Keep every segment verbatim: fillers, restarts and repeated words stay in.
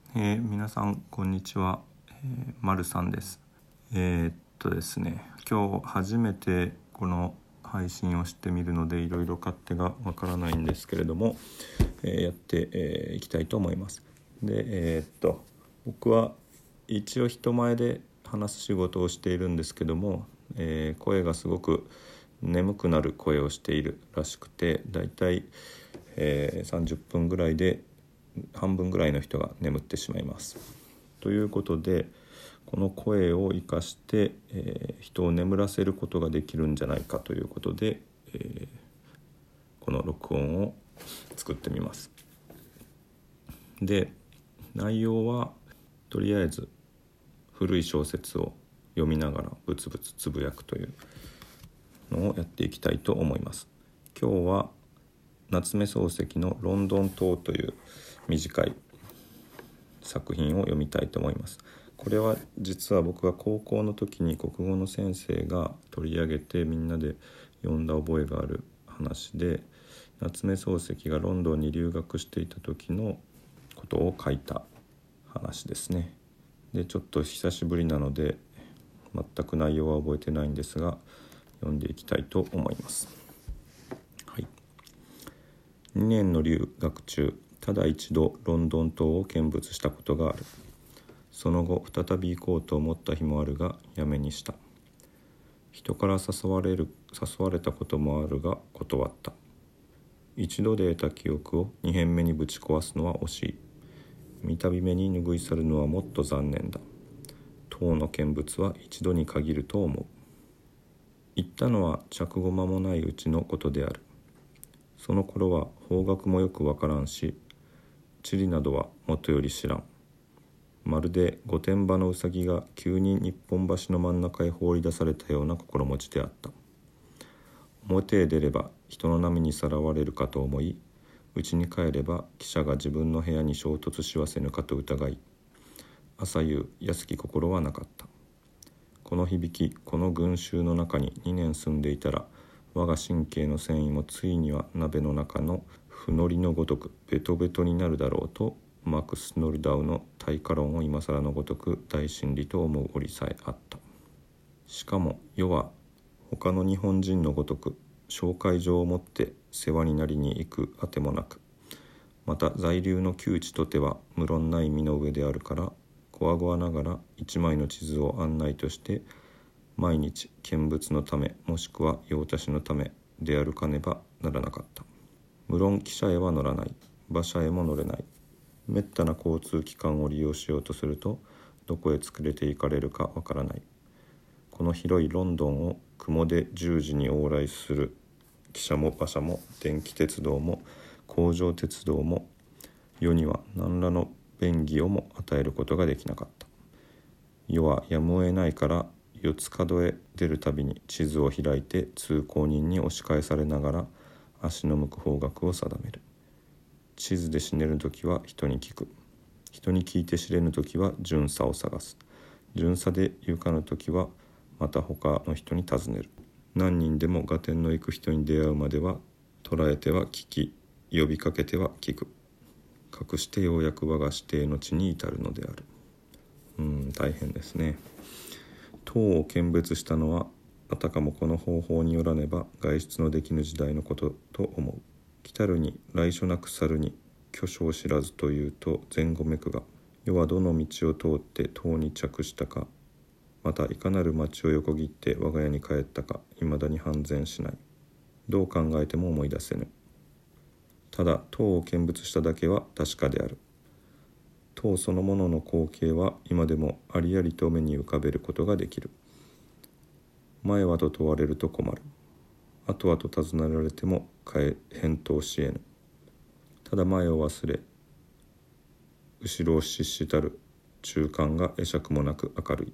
えー、皆さんこんにちは、えー、まるさんです。えー、っとですね今日初めてこの配信をしてみるのでいろいろ勝手がわからないんですけれども、えー、やってい、えー、きたいと思います。で、えー、っと僕は一応人前で話す仕事をしているんですけども、えー、声がすごく眠くなる声をしているらしくて、だいたい、えー、さんじゅっぷんぐらいで半分ぐらいの人が眠ってしまいます。ということでこの声を生かして、えー、人を眠らせることができるんじゃないかということで、えー、この録音を作ってみます。で、内容はとりあえず古い小説を読みながらブツブツつぶやくというのをやっていきたいと思います。今日は夏目漱石のロンドン島という短い作品を読みたいと思います。これは実は僕が高校の時に国語の先生が取り上げてみんなで読んだ覚えがある話で、夏目漱石がロンドンに留学していた時のことを書いた話ですね。でちょっと久しぶりなので全く内容は覚えてないんですが読んでいきたいと思います。はい、にねんの留学中ただ一度ロンドン島を見物したことがある。その後再び行こうと思った日もあるがやめにした。人から誘われる誘われたこともあるが断った。一度で得た記憶を二遍目にぶち壊すのは惜しい。三度目に拭い去るのはもっと残念だ。島の見物は一度に限ると思う。言ったのは着後間もないうちのことである。その頃は方角もよくわからんし、地理などはもとより知らん。まるで御殿場のうさぎが急に日本橋の真ん中へ放り出されたような心持ちであった。表へ出れば人の波にさらわれるかと思い、家に帰れば汽車が自分の部屋に衝突しはせぬかと疑い、朝夕安き心はなかった。この響き、この群衆の中ににねん住んでいたら、我が神経の繊維もついには鍋の中のふのりのごとくベトベトになるだろうと、マークス・ノルダウの対価論を今更のごとく大真理と思う折さえあった。しかも世は他の日本人のごとく紹介状を持って世話になりに行くあてもなく、また在留の窮地とては無論ない身の上であるから、こわごわながら一枚の地図を案内として毎日見物のためもしくは用足しのため出歩かねばならなかった。無論汽車へは乗らない、馬車へも乗れない。めったな交通機関を利用しようとするとどこへ連れて行かれるかわからない。この広いロンドンを雲で十字に往来する汽車も馬車も電気鉄道も工場鉄道も世には何らの便宜をも与えることができなかった。世はやむを得ないから四つ角へ出るたびに地図を開いて通行人に押し返されながら足の向く方角を定める。地図で知れぬときは人に聞く。人に聞いて知れぬときは巡査を探す。巡査で行かぬときはまた他の人に尋ねる。何人でも合点の行く人に出会うまでは捉えては聞き、呼びかけては聞く。かくしてようやく我が指定の地に至るのである。うーん大変ですね。塔を見物したのはあたかもこの方法によらねば外出のできぬ時代のことと思う。来たるに来所なく去るに巨匠知らずというと前後めくが、世はどの道を通って塔に着したか、またいかなる町を横切って我が家に帰ったか、いまだに判然しない。どう考えても思い出せぬ。ただ塔を見物しただけは確かである。塔そのものの光景は今でもありありと目に浮かべることができる。前はと問われると困る。後はと尋ねられても返答し得ぬ。ただ前を忘れ、後ろを失したる中間が会釈もなく明るい。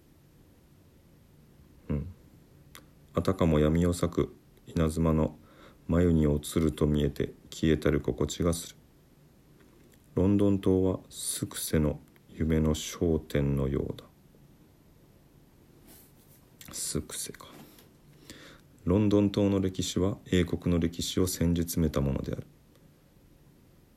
うん。あたかも闇を裂く稲妻の眉に落つると見えて消えたる心地がする。ロンドン島はスクセの夢の焦点のようだ。スクセか。ロンドン島の歴史は英国の歴史を先日めたものである。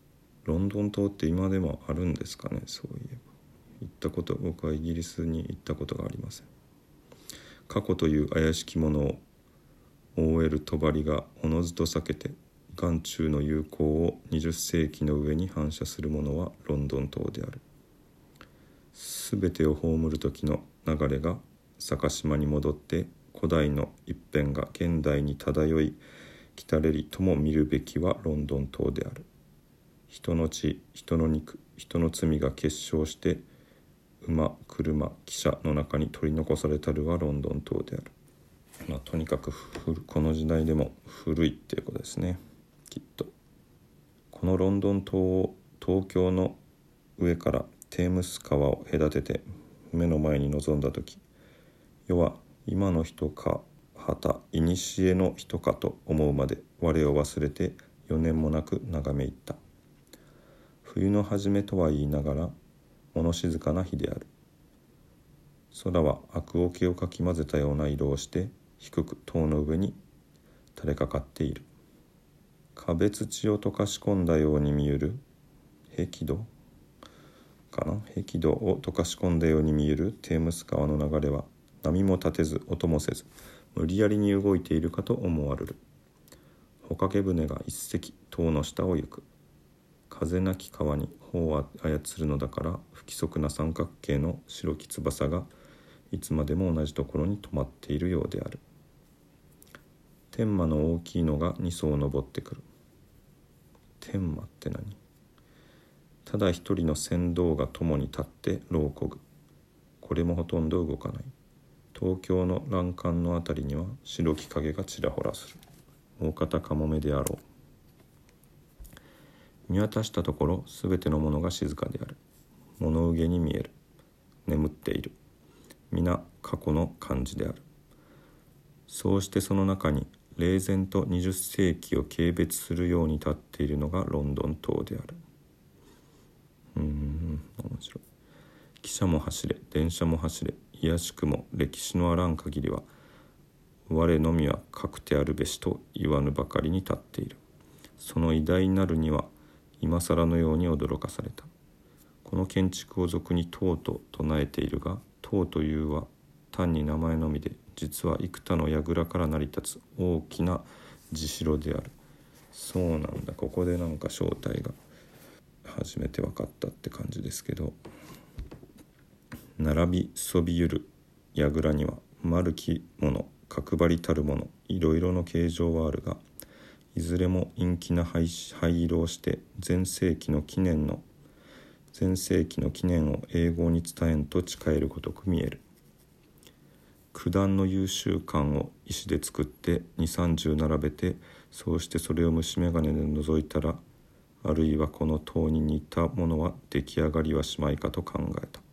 ロンドン島って今でもあるんですかね。そういえば行ったこと、僕はイギリスに行ったことがありません。過去という怪しきものを覆える帳がおのずと避けて眼中の友好をにじゅっ世紀の上に反射するものはロンドン島である。すべてを葬る時の流れが坂島に戻って古代の一辺が現代に漂い来たれりとも見るべきはロンドン島である。人の血、人の肉、人の罪が結晶して馬、車、汽車の中に取り残されたるはロンドン島である。まあ、とにかくこの時代でも古いっていうことですね、きっと。このロンドン島を東京の上からテームス川を隔てて目の前に臨んだ時、世は今の人かはた古の人かと思うまで我を忘れて余念もなく眺め入った。冬の初めとは言いながら物静かな日である。空は悪桶をかき混ぜたような色をして低く塔の上に垂れかかっている。壁土を溶かし込んだように見える壁土かな壁土を溶かし込んだように見えるテームス川の流れは波も立てず音もせず無理やりに動いているかと思われる。帆掛け船が一隻塔の下を行く。風なき川に帆を操るのだから不規則な三角形の白き翼がいつまでも同じところに止まっているようである。天馬の大きいのが二層登ってくる。天馬って何？ただ一人の船頭が共に立って牢をこぐ。これもほとんど動かない。東京の欄干のあたりには白き影がちらほらする。大方かもめであろう。見渡したところすべてのものが静かである。物憂げに見える。眠っている。皆過去の感じである。そうしてその中に冷然とにじゅっ世紀を軽蔑するように立っているのがロンドン島である。うーん、面白い。汽車も走れ、電車も走れ、いやしくも歴史のあらん限りは我のみは確てあるべしと言わぬばかりに立っている。その偉大なるには今更のように驚かされた。この建築を俗に塔と唱えているが、塔というは単に名前のみで、実は幾多の櫓から成り立つ大きな地城である。そうなんだ。ここでなんか正体が初めて分かったって感じですけど、並びそびゆる櫓には丸きもの角張りたるものいろいろの形状はあるが、いずれも陰気な灰色をして前世紀の記念の前世紀の記念を英語に伝えんと誓えるごとく見える。九段の優秀館を石で作って二三十並べて、そうしてそれを虫眼鏡で覗いたら、あるいはこの塔に似たものは出来上がりはしまいかと考えた。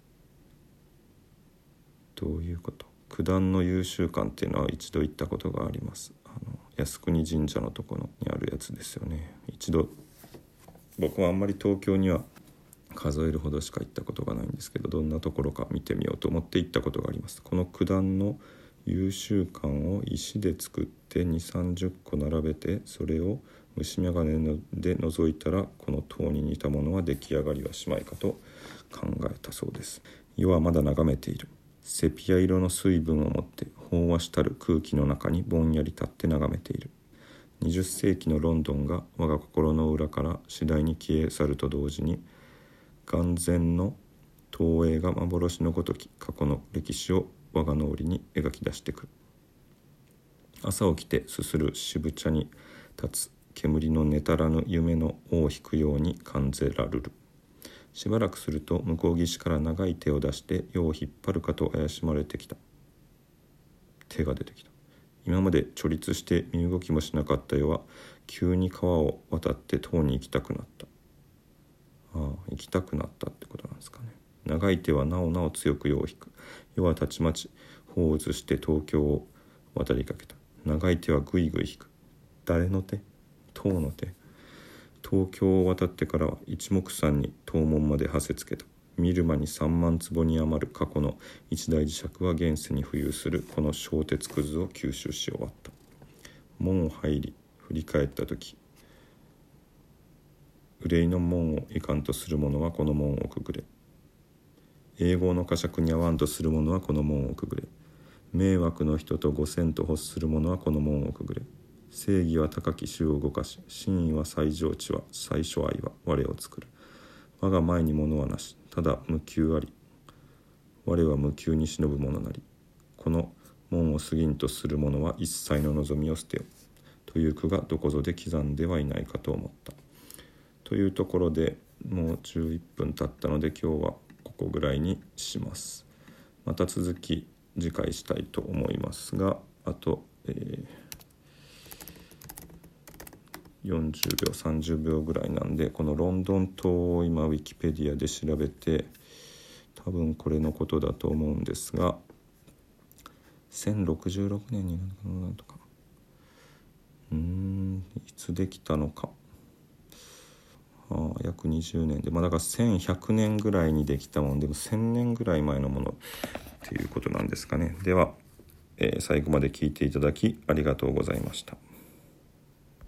どういうこと？九段の優秀館っていうのは一度行ったことがあります。あの靖国神社のところにあるやつですよね。一度、僕はあんまり東京には数えるほどしか行ったことがないんですけど、どんなところか見てみようと思って行ったことがあります。この九段の優秀館を石で作ってにじゅうさんじゅっこ並べて、それを虫眼鏡で覗いたらこの塔に似たものは出来上がりはしまいかと考えたそうです。世はまだ眺めている。セピア色の水分を持って飽和したる空気の中にぼんやり立って眺めている。にじゅっ世紀のロンドンが我が心の裏から次第に消え去ると同時に、眼前の東映が幻のごとき過去の歴史を我が脳裏に描き出してくる。朝起きてすする渋茶に立つ煙の寝たらぬ夢の尾を引くように感じられる。しばらくすると向こう岸から長い手を出して世を引っ張るかと怪しまれてきた。手が出てきた。今まで貯立して身動きもしなかった世は急に川を渡って塔に行きたくなった。ああ、行きたくなったってことなんですかね。長い手はなおなお強く世を引く。世はたちまち頬を移して東京を渡りかけた。長い手はぐいぐい引く。誰の手？塔の手。東京を渡ってからは一目散に東門まではせつけた。見る間に三万坪に余る過去の一大磁石は現世に浮遊するこの小鉄くずを吸収し終わった。門を入り振り返った時、 憂いの門をいかんとする者はこの門をくぐれ。永劫の呵責に合わんとする者はこの門をくぐれ。迷惑の人とごせんと欲する者はこの門をくぐれ。正義は高き主を動かし、真意は最上地は最初愛は我を作る。我が前に物はなし、ただ無給あり。我は無給に忍ぶ者なり。この門を過ぎんとする者は一切の望みを捨てよ。という句がどこぞで刻んではいないかと思った。というところでもうじゅういっぷん経ったので今日はここぐらいにします。また続き次回したいと思いますが、あと、えー、よんじゅうびょうさんじゅうびょうぐらいなんで、このロンドン島を今ウィキペディアで調べて、多分これのことだと思うんですが、せんろくじゅうろくねんになるかなとか、うーんいつできたのか、あ約にじゅうねんで、まあ、だからせんひゃくねんぐらいにできたもんで、もせんねんぐらい前のものっていうことなんですかね。では、えー、最後まで聞いていただきありがとうございました。